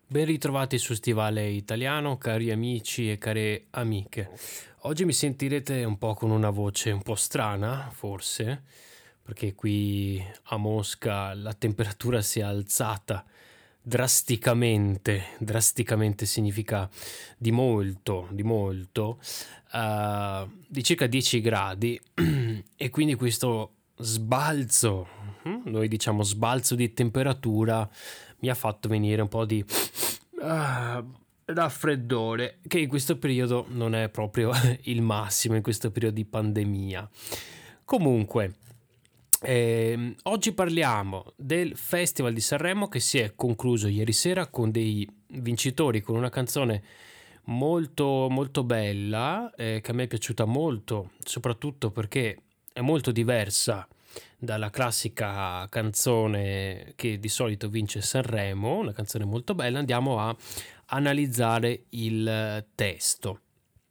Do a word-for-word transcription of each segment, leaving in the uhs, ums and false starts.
Ben ritrovati su Stivale Italiano, cari amici e care amiche. Oggi mi sentirete un po' con una voce un po' strana, forse, perché qui a Mosca la temperatura si è alzata drasticamente, drasticamente significa di molto, di molto, eh, di circa dieci gradi e quindi questo sbalzo, hm, noi diciamo sbalzo di temperatura mi ha fatto venire un po' di ah, raffreddore, che in questo periodo non è proprio il massimo, in questo periodo di pandemia. Comunque, ehm, oggi parliamo del Festival di Sanremo che si è concluso ieri sera con dei vincitori, con una canzone molto molto bella, eh, che a me è piaciuta molto, soprattutto perché è molto diversa dalla classica canzone che di solito vince Sanremo, una canzone molto bella. Andiamo a analizzare il testo.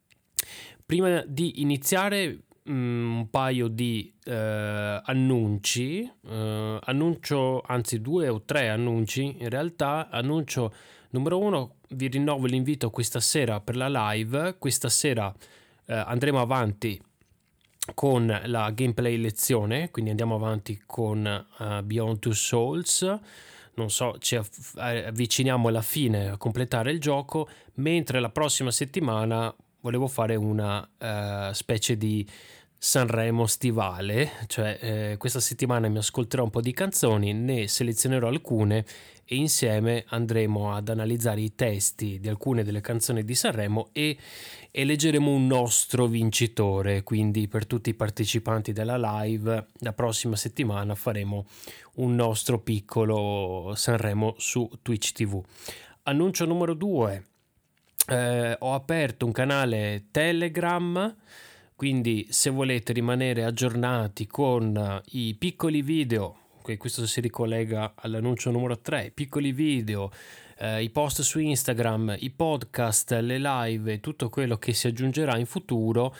Prima di iniziare mm, un paio di eh, annunci, eh, annuncio anzi due o tre annunci, in realtà annuncio numero uno, vi rinnovo l'invito questa sera per la live, questa sera eh, andremo avanti con la gameplay lezione, quindi andiamo avanti con uh, Beyond Two Souls, non so, ci aff- avviciniamo alla fine a completare il gioco, mentre la prossima settimana volevo fare una uh, specie di Sanremo stivale, cioè eh, questa settimana mi ascolterò un po' di canzoni, ne selezionerò alcune e insieme andremo ad analizzare i testi di alcune delle canzoni di Sanremo e eleggeremo un nostro vincitore. Quindi per tutti i partecipanti della live la prossima settimana faremo un nostro piccolo Sanremo su Twitch T V. Annuncio numero due, eh, ho aperto un canale Telegram, quindi se volete rimanere aggiornati con i piccoli video, questo si ricollega all'annuncio numero tre, piccoli video, eh, i post su Instagram, i podcast, le live e tutto quello che si aggiungerà in futuro,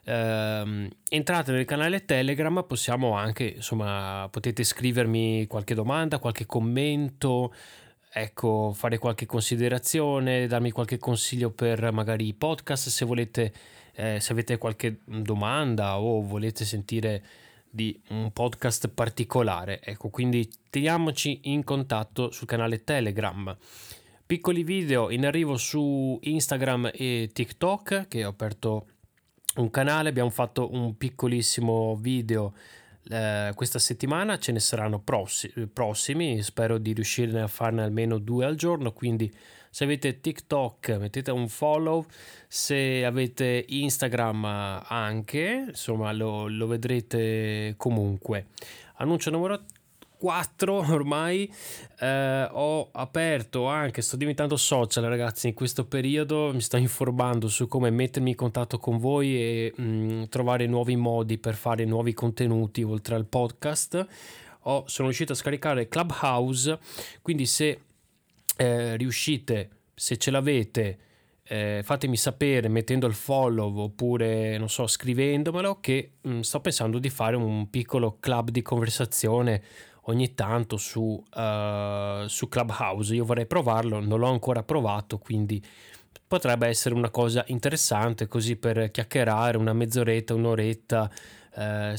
ehm, entrate nel canale Telegram, possiamo anche, insomma, potete scrivermi qualche domanda, qualche commento, ecco, fare qualche considerazione, darmi qualche consiglio per magari i podcast se volete, eh, se avete qualche domanda o volete sentire di un podcast particolare, ecco, quindi teniamoci in contatto sul canale Telegram. Piccoli video in arrivo su Instagram e TikTok, che ho aperto un canale, abbiamo fatto un piccolissimo video eh, questa settimana, ce ne saranno prossi- prossimi, spero di riuscire a farne almeno due al giorno, quindi se avete TikTok mettete un follow, se avete Instagram anche, insomma lo, lo vedrete comunque. Annuncio numero quattro ormai, eh, ho aperto anche, sto diventando social ragazzi in questo periodo, mi sto informando su come mettermi in contatto con voi e mh, trovare nuovi modi per fare nuovi contenuti oltre al podcast. Ho, sono riuscito a scaricare Clubhouse, quindi se eh, riuscite, se ce l'avete, eh, fatemi sapere mettendo il follow oppure non so scrivendomelo che mh, sto pensando di fare un piccolo club di conversazione ogni tanto su, uh, su Clubhouse. Io vorrei provarlo, non l'ho ancora provato, quindi potrebbe essere una cosa interessante così per chiacchierare una mezz'oretta, un'oretta, uh,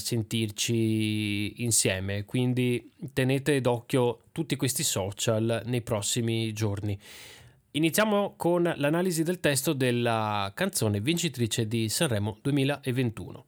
sentirci insieme. Quindi tenete d'occhio tutti questi social nei prossimi giorni. Iniziamo con l'analisi del testo della canzone vincitrice di Sanremo duemilaventuno.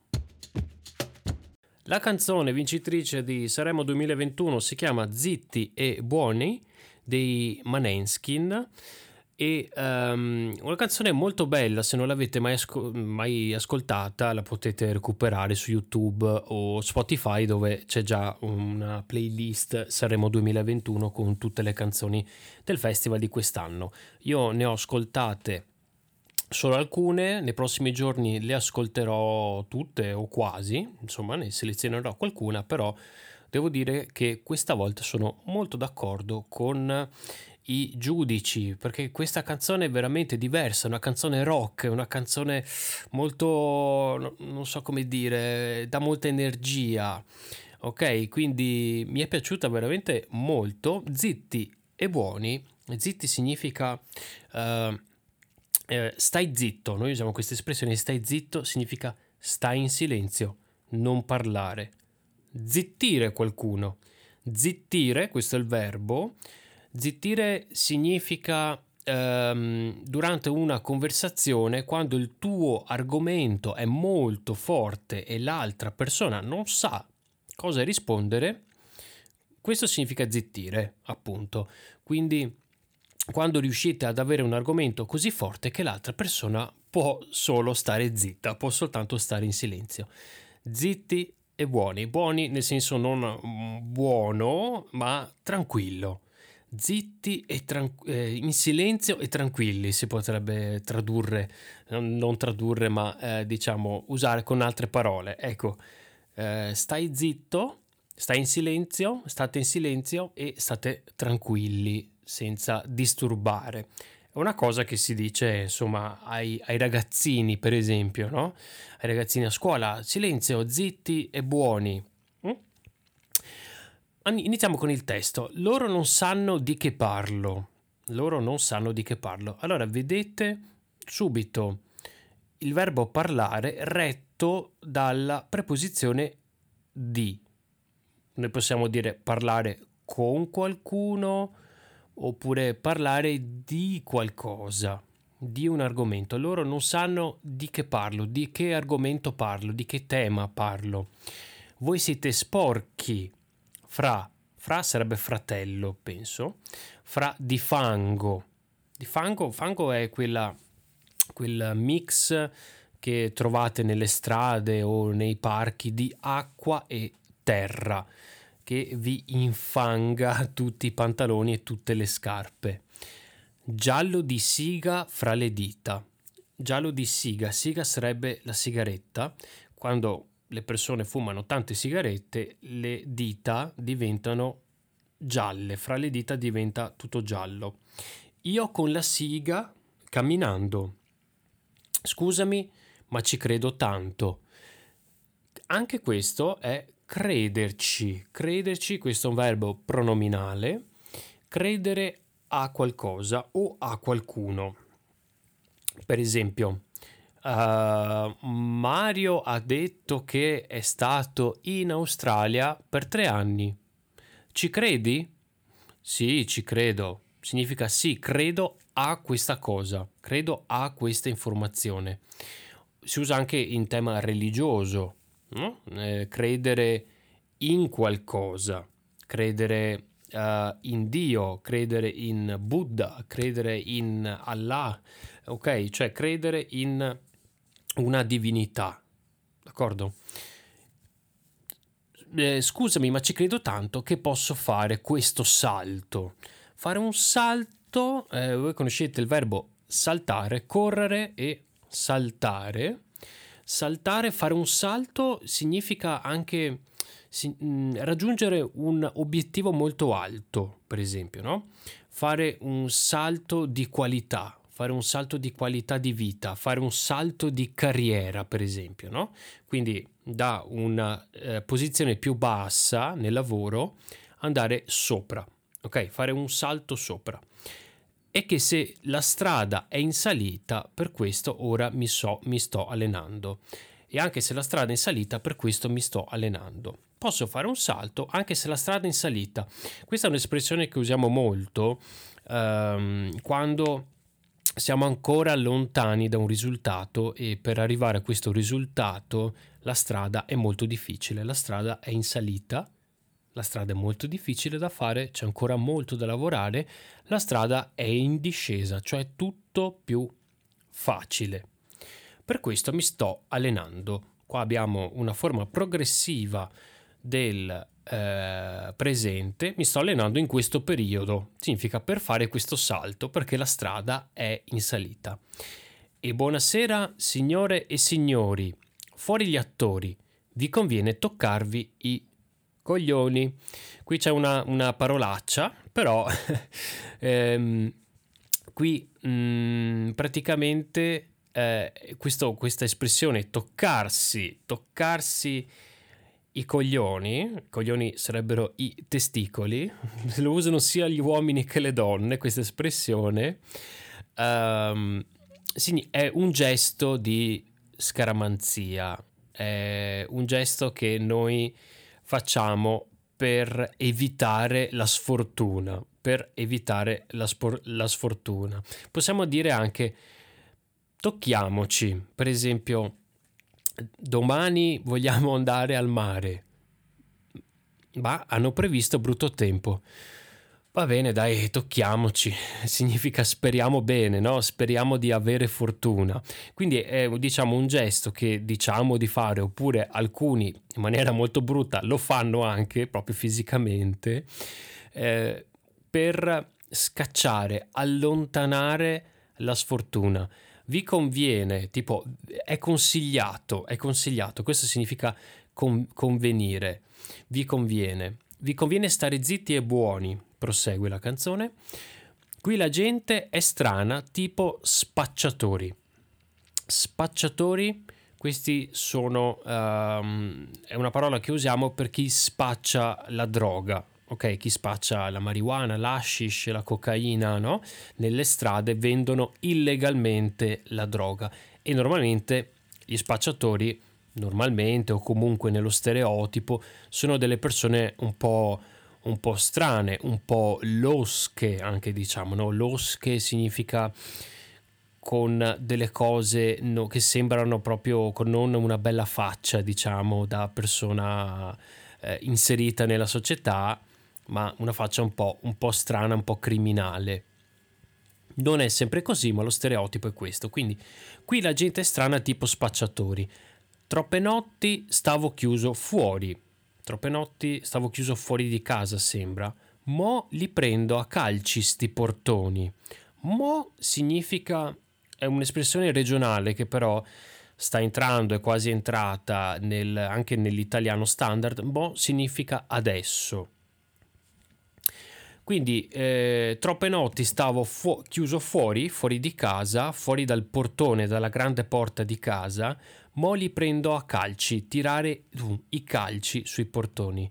La canzone vincitrice di Sanremo duemilaventuno si chiama Zitti e Buoni dei Maneskin e um, una canzone molto bella, se non l'avete mai, asco- mai ascoltata la potete recuperare su YouTube o Spotify dove c'è già una playlist Sanremo duemilaventuno con tutte le canzoni del festival di quest'anno. Io ne ho ascoltate solo alcune, nei prossimi giorni le ascolterò tutte o quasi, insomma ne selezionerò qualcuna, però devo dire che questa volta sono molto d'accordo con i giudici, perché questa canzone è veramente diversa, è una canzone rock, è una canzone molto, non so come dire, dà molta energia, ok? Quindi mi è piaciuta veramente molto. Zitti e buoni, zitti significa uh, eh, stai zitto. Noi usiamo questa espressione, stai zitto significa stai in silenzio, non parlare. Zittire qualcuno. Zittire, questo è il verbo. Zittire significa ehm, durante una conversazione, quando il tuo argomento è molto forte e l'altra persona non sa cosa rispondere, questo significa zittire, appunto. Quindi quando riuscite ad avere un argomento così forte che l'altra persona può solo stare zitta, può soltanto stare in silenzio. Zitti e buoni. Buoni nel senso non buono, ma tranquillo. Zitti e tran- eh, in silenzio e tranquilli si potrebbe tradurre, non, non tradurre, ma eh, diciamo usare con altre parole. Ecco, eh, stai zitto, stai in silenzio, state in silenzio e state tranquilli, senza disturbare. È una cosa che si dice, insomma, ai, ai ragazzini, per esempio, no? Ai ragazzini a scuola, silenzio, zitti e buoni. Mm? Iniziamo con il testo. Loro non sanno di che parlo. Loro non sanno di che parlo. Allora, vedete subito il verbo parlare retto dalla preposizione di. Noi possiamo dire parlare con qualcuno oppure parlare di qualcosa, di un argomento. Loro non sanno di che parlo, di che argomento parlo, di che tema parlo. Voi siete sporchi fra, fra sarebbe fratello, penso, fra di fango. Di fango, fango è quella, quel mix che trovate nelle strade o nei parchi di acqua e terra, che vi infanga tutti i pantaloni e tutte le scarpe. Giallo di siga fra le dita. Giallo di siga. Siga sarebbe la sigaretta. Quando le persone fumano tante sigarette, le dita diventano gialle. Fra le dita diventa tutto giallo. Io con la siga camminando. Scusami, ma ci credo tanto. Anche questo è crederci. Crederci, questo è un verbo pronominale. Credere a qualcosa o a qualcuno. Per esempio, uh, Mario ha detto che è stato in Australia per tre anni. Ci credi? Sì, ci credo. Significa sì, credo a questa cosa, credo a questa informazione. Si usa anche in tema religioso, no? Eh, credere in qualcosa, credere uh, in Dio, credere in Buddha, credere in Allah, ok? Cioè credere in una divinità, d'accordo? Eh, scusami, ma ci credo tanto che posso fare questo salto. Fare un salto, eh, voi conoscete il verbo saltare, correre e saltare. Saltare, fare un salto significa anche si, mh, raggiungere un obiettivo molto alto, per esempio, no? Fare un salto di qualità, fare un salto di qualità di vita, fare un salto di carriera, per esempio, no? Quindi da una eh, posizione più bassa nel lavoro andare sopra, ok? Fare un salto sopra. E che se la strada è in salita, per questo ora mi, so, mi sto allenando. E anche se la strada è in salita, per questo mi sto allenando. Posso fare un salto anche se la strada è in salita. Questa è un'espressione che usiamo molto ehm, quando siamo ancora lontani da un risultato e per arrivare a questo risultato la strada è molto difficile, la strada è in salita, la strada è molto difficile da fare, c'è ancora molto da lavorare, la strada è in discesa, cioè tutto più facile. Per questo mi sto allenando. Qua abbiamo una forma progressiva del eh, presente. Mi sto allenando in questo periodo. Significa per fare questo salto perché la strada è in salita. E buonasera signore e signori. Fuori gli attori. Vi conviene toccarvi i coglioni. Qui c'è una, una parolaccia, però ehm, qui mh, praticamente eh, questo, questa espressione toccarsi, toccarsi I coglioni, i coglioni sarebbero i testicoli, lo usano sia gli uomini che le donne, questa espressione. Um, è un gesto di scaramanzia, è un gesto che noi facciamo per evitare la sfortuna, per evitare la, spor- la sfortuna. Possiamo dire anche tocchiamoci, per esempio domani vogliamo andare al mare, ma hanno previsto brutto tempo. Va bene, dai, tocchiamoci. Significa speriamo bene, no? Speriamo di avere fortuna. Quindi è, diciamo, un gesto che diciamo di fare, oppure alcuni in maniera molto brutta lo fanno anche proprio fisicamente, eh, per scacciare, allontanare la sfortuna. Vi conviene, tipo, è consigliato, è consigliato, questo significa con, convenire, vi conviene. Vi conviene stare zitti e buoni, prosegue la canzone. Qui la gente è strana, tipo spacciatori. Spacciatori, questi sono, um, è una parola che usiamo per chi spaccia la droga. Ok, chi spaccia la marijuana, l'hashish, la cocaina, no? Nelle strade vendono illegalmente la droga e normalmente gli spacciatori, normalmente o comunque nello stereotipo, sono delle persone un po', un po' strane, un po' losche anche, diciamo, no? Losche significa con delle cose no, che sembrano proprio con non una bella faccia, diciamo, da persona eh, inserita nella società, ma una faccia un po', un po' strana, un po' criminale. Non è sempre così, ma lo stereotipo è questo. Quindi qui la gente è strana tipo spacciatori. Troppe notti stavo chiuso fuori. Troppe notti stavo chiuso fuori di casa, sembra. Mo li prendo a calci sti portoni. Mo significa, è un'espressione regionale che però sta entrando, è quasi entrata nel, anche nell'italiano standard. Mo significa adesso. Quindi eh, troppe notti stavo fu- chiuso fuori, fuori di casa, fuori dal portone, dalla grande porta di casa. Mo li prendo a calci, tirare uh, i calci sui portoni.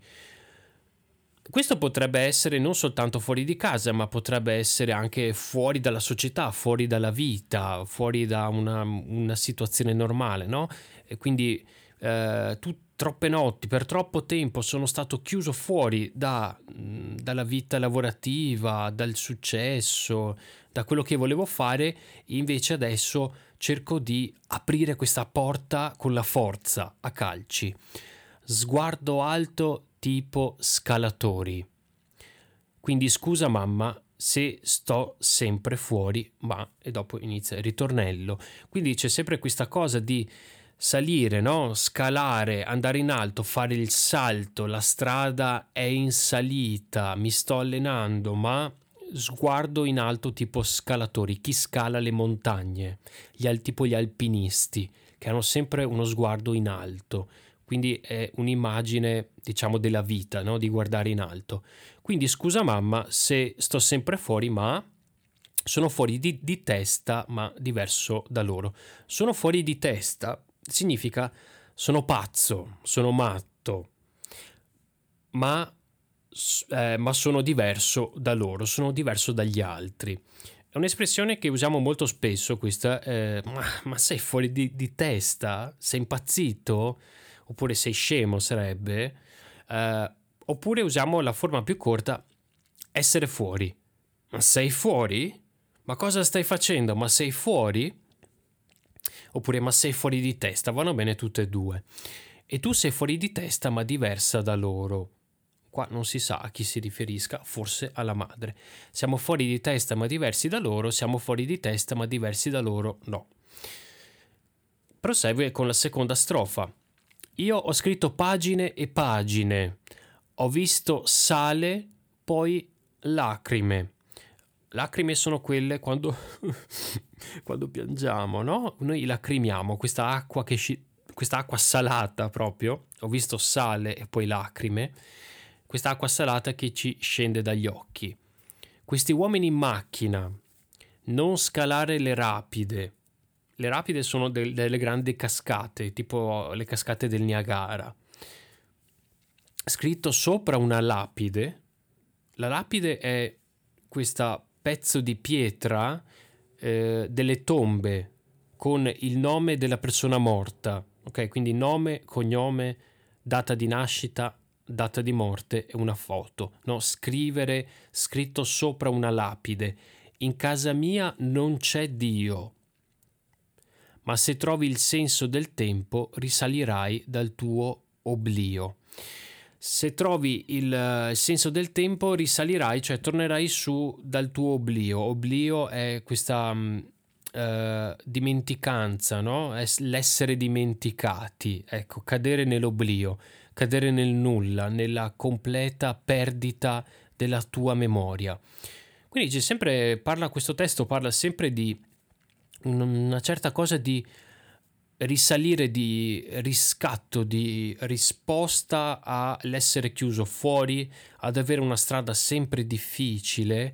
Questo potrebbe essere non soltanto fuori di casa, ma potrebbe essere anche fuori dalla società, fuori dalla vita, fuori da una, una situazione normale, no? E quindi eh, tu troppe notti, per troppo tempo sono stato chiuso fuori da, mh, dalla vita lavorativa, dal successo, da quello che volevo fare, invece adesso cerco di aprire questa porta con la forza, a calci. Sguardo alto tipo scalatori. Quindi scusa mamma se sto sempre fuori, ma e dopo inizia il ritornello. Quindi c'è sempre questa cosa di salire, no? Scalare, andare in alto, fare il salto, la strada è in salita, mi sto allenando, ma sguardo in alto tipo scalatori, chi scala le montagne, gli al, tipo gli alpinisti, che hanno sempre uno sguardo in alto. Quindi è un'immagine, diciamo, della vita, no? Di guardare in alto. Quindi scusa mamma se sto sempre fuori, ma sono fuori di, di testa, ma diverso da loro. Sono fuori di testa significa sono pazzo, sono matto, ma, eh, ma sono diverso da loro, sono diverso dagli altri. È un'espressione che usiamo molto spesso questa, eh, ma, ma sei fuori di, di testa? Sei impazzito? Oppure sei scemo sarebbe, eh, oppure usiamo la forma più corta, essere fuori. Ma sei fuori? Ma cosa stai facendo? Ma sei fuori? Oppure ma sei fuori di testa? Vanno bene tutte e due. E tu sei fuori di testa ma diversa da loro. Qua non si sa a chi si riferisca, forse alla madre. Siamo fuori di testa ma diversi da loro, siamo fuori di testa ma diversi da loro, no. Prosegue con la seconda strofa. Io ho scritto pagine e pagine, ho visto sale, poi lacrime. Lacrime sono quelle quando, quando piangiamo, no? Noi lacrimiamo, questa acqua che sci- questa acqua salata proprio. Ho visto sale e poi lacrime. Questa acqua salata che ci scende dagli occhi. Questi uomini in macchina, non scalare le rapide. Le rapide sono del- delle grandi cascate, tipo le cascate del Niagara. scritto sopra una lapide. La lapide è questo pezzo di pietra eh, delle tombe con il nome della persona morta, ok? Quindi nome, cognome, data di nascita, data di morte e una foto, no? Scrivere scritto sopra una lapide. In casa mia non c'è Dio, ma se trovi il senso del tempo risalirai dal tuo oblio. Se trovi il eh, senso del tempo risalirai, cioè tornerai su dal tuo oblio. Oblio è questa mh, eh, dimenticanza, no? È l'essere dimenticati, ecco, cadere nell'oblio, cadere nel nulla, nella completa perdita della tua memoria. Quindi c'è sempre, parla questo testo, parla sempre di una certa cosa di risalire, di riscatto, di risposta all'essere chiuso fuori, ad avere una strada sempre difficile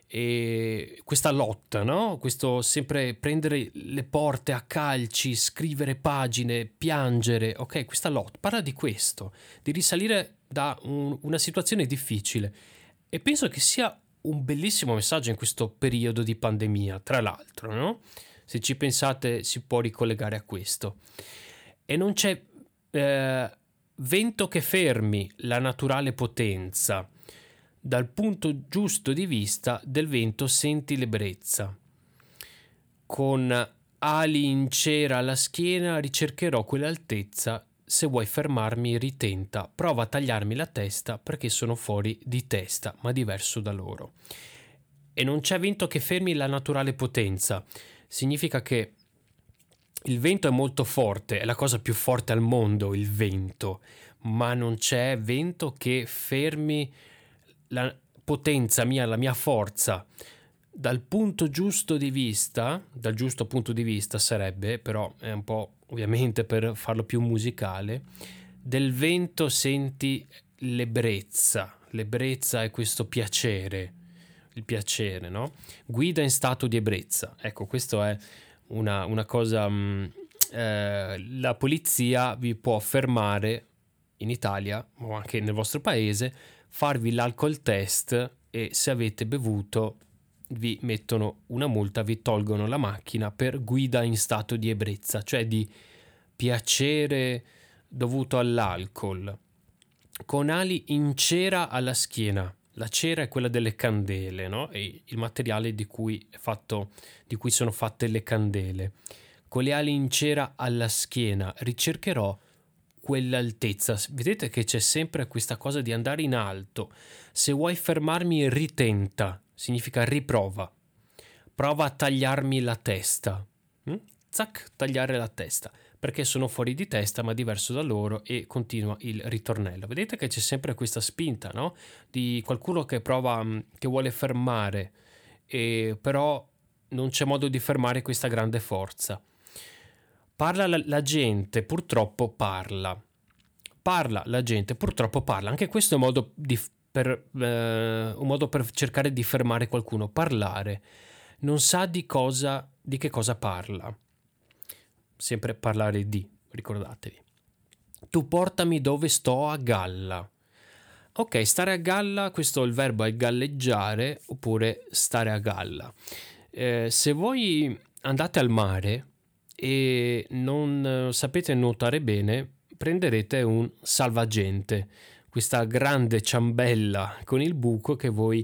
e questa lotta, no? Questo sempre prendere le porte a calci, scrivere pagine, piangere, ok? Questa lotta parla di questo, di risalire da un, una situazione difficile e penso che sia un bellissimo messaggio in questo periodo di pandemia, tra l'altro, no? Se ci pensate si può ricollegare a questo. E non c'è eh, vento che fermi la naturale potenza. Dal punto giusto di vista del vento senti l'ebbrezza. Con ali in cera alla schiena ricercherò quell'altezza. Se vuoi fermarmi, ritenta. Prova a tagliarmi la testa perché sono fuori di testa, ma diverso da loro. E non c'è vento che fermi la naturale potenza. Significa che il vento è molto forte, è la cosa più forte al mondo, il vento, ma non c'è vento che fermi la potenza mia, la mia forza. Dal punto giusto di vista, dal giusto punto di vista sarebbe, però è un po' ovviamente per farlo più musicale, del vento senti l'ebbrezza. L'ebbrezza è questo piacere, il piacere, no? Guida in stato di ebbrezza. Ecco, questo è una, una cosa... Mh, eh, la polizia vi può fermare in Italia o anche nel vostro paese, farvi l'alcol test e se avete bevuto vi mettono una multa, vi tolgono la macchina per guida in stato di ebbrezza, cioè di piacere dovuto all'alcol. Con ali in cera alla schiena. La cera è quella delle candele, no? E il materiale di cui è fatto, di cui sono fatte le candele. Con le ali in cera alla schiena ricercherò quell'altezza. Vedete che c'è sempre questa cosa di andare in alto. Se vuoi fermarmi, ritenta. Significa riprova. Prova a tagliarmi la testa. Mm? Zac, tagliare la testa. Perché sono fuori di testa ma diverso da loro, e continua il ritornello. Vedete che c'è sempre questa spinta, no? Di qualcuno che prova, che vuole fermare, e però non c'è modo di fermare questa grande forza. Parla la, la gente, purtroppo parla. Parla la gente, purtroppo parla. Anche questo è un modo, di, per, eh, un modo per cercare di fermare qualcuno. Parlare. Non sa di cosa, di che cosa parla. Sempre parlare di, ricordatevi. Tu portami dove sto a galla. Ok, stare a galla, questo il verbo è galleggiare oppure stare a galla. Eh, se voi andate al mare e non sapete nuotare bene, prenderete un salvagente, questa grande ciambella con il buco che voi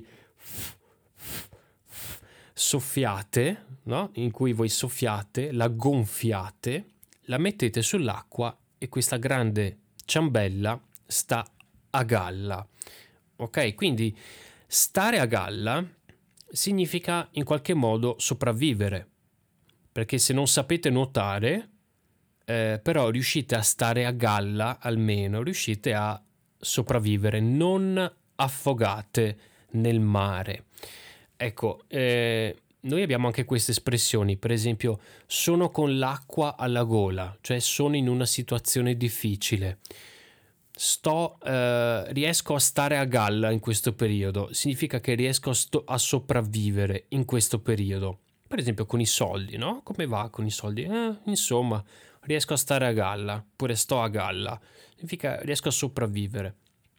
soffiate, no? In cui voi soffiate, la gonfiate, la mettete sull'acqua e questa grande ciambella sta a galla. Ok, quindi stare a galla significa in qualche modo sopravvivere, perché se non sapete nuotare, eh, però riuscite a stare a galla, almeno riuscite a sopravvivere, non affogate nel mare. Ecco, eh, noi abbiamo anche queste espressioni, per esempio, sono con l'acqua alla gola, cioè sono in una situazione difficile. Sto, eh, riesco a stare a galla in questo periodo, significa che riesco a, sto- a sopravvivere in questo periodo. Per esempio con i soldi, no? Come va con i soldi? Eh, insomma, riesco a stare a galla, oppure sto a galla, significa riesco a sopravvivere.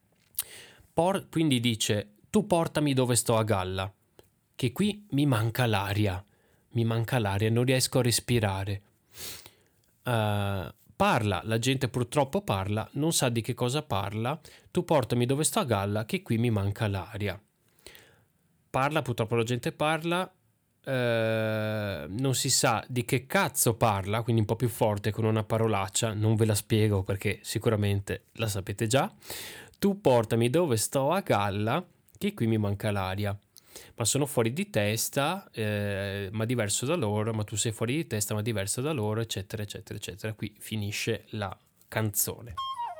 por- quindi dice: tu portami dove sto a galla, che qui mi manca l'aria, mi manca l'aria, non riesco a respirare. Uh, parla, la gente purtroppo parla, non sa di che cosa parla. Tu portami dove sto a galla, che qui mi manca l'aria. Parla, purtroppo la gente parla, eh, non si sa di che cazzo parla, quindi un po' più forte con una parolaccia, non ve la spiego perché sicuramente la sapete già. Tu portami dove sto a galla, che qui mi manca l'aria. Ma sono fuori di testa, eh, ma diverso da loro, ma tu sei fuori di testa, ma diverso da loro, eccetera, eccetera, eccetera. Qui finisce la canzone.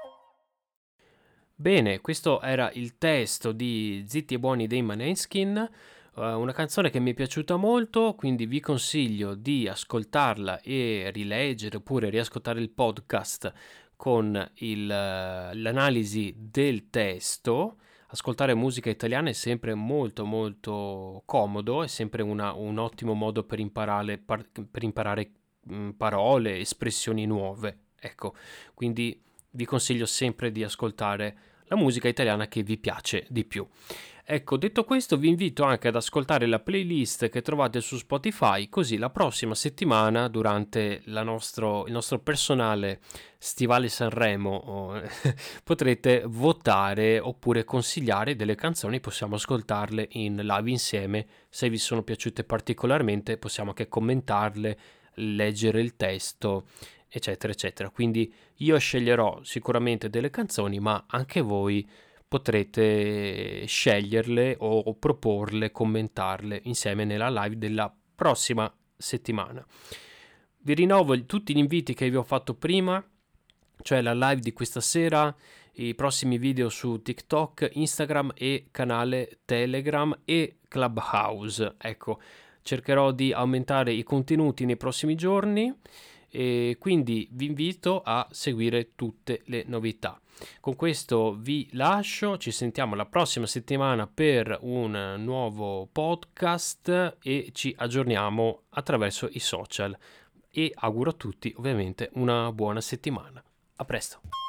Bene, questo era il testo di Zitti e Buoni dei Maneskin, uh, una canzone che mi è piaciuta molto, quindi vi consiglio di ascoltarla e rileggere oppure riascoltare il podcast con il, uh, l'analisi del testo. Ascoltare musica italiana è sempre molto molto comodo, è sempre una, un ottimo modo per imparare, par, per imparare mh, parole, espressioni nuove. Ecco, quindi vi consiglio sempre di ascoltare la musica italiana che vi piace di più. Ecco, detto questo, vi invito anche ad ascoltare la playlist che trovate su Spotify, così la prossima settimana, durante la nostro, il nostro personale Stivale Sanremo, potrete votare oppure consigliare delle canzoni, possiamo ascoltarle in live insieme. Se vi sono piaciute particolarmente, possiamo anche commentarle, leggere il testo, eccetera eccetera. Quindi io sceglierò sicuramente delle canzoni, ma anche voi potrete sceglierle o proporle, commentarle insieme nella live della prossima settimana. Vi rinnovo tutti gli inviti che vi ho fatto prima, cioè la live di questa sera, i prossimi video su TikTok, Instagram e canale Telegram e Clubhouse. Ecco, cercherò di aumentare i contenuti nei prossimi giorni e quindi vi invito a seguire tutte le novità. Con questo vi lascio, ci sentiamo la prossima settimana per un nuovo podcast e ci aggiorniamo attraverso i social e auguro a tutti ovviamente una buona settimana. A presto.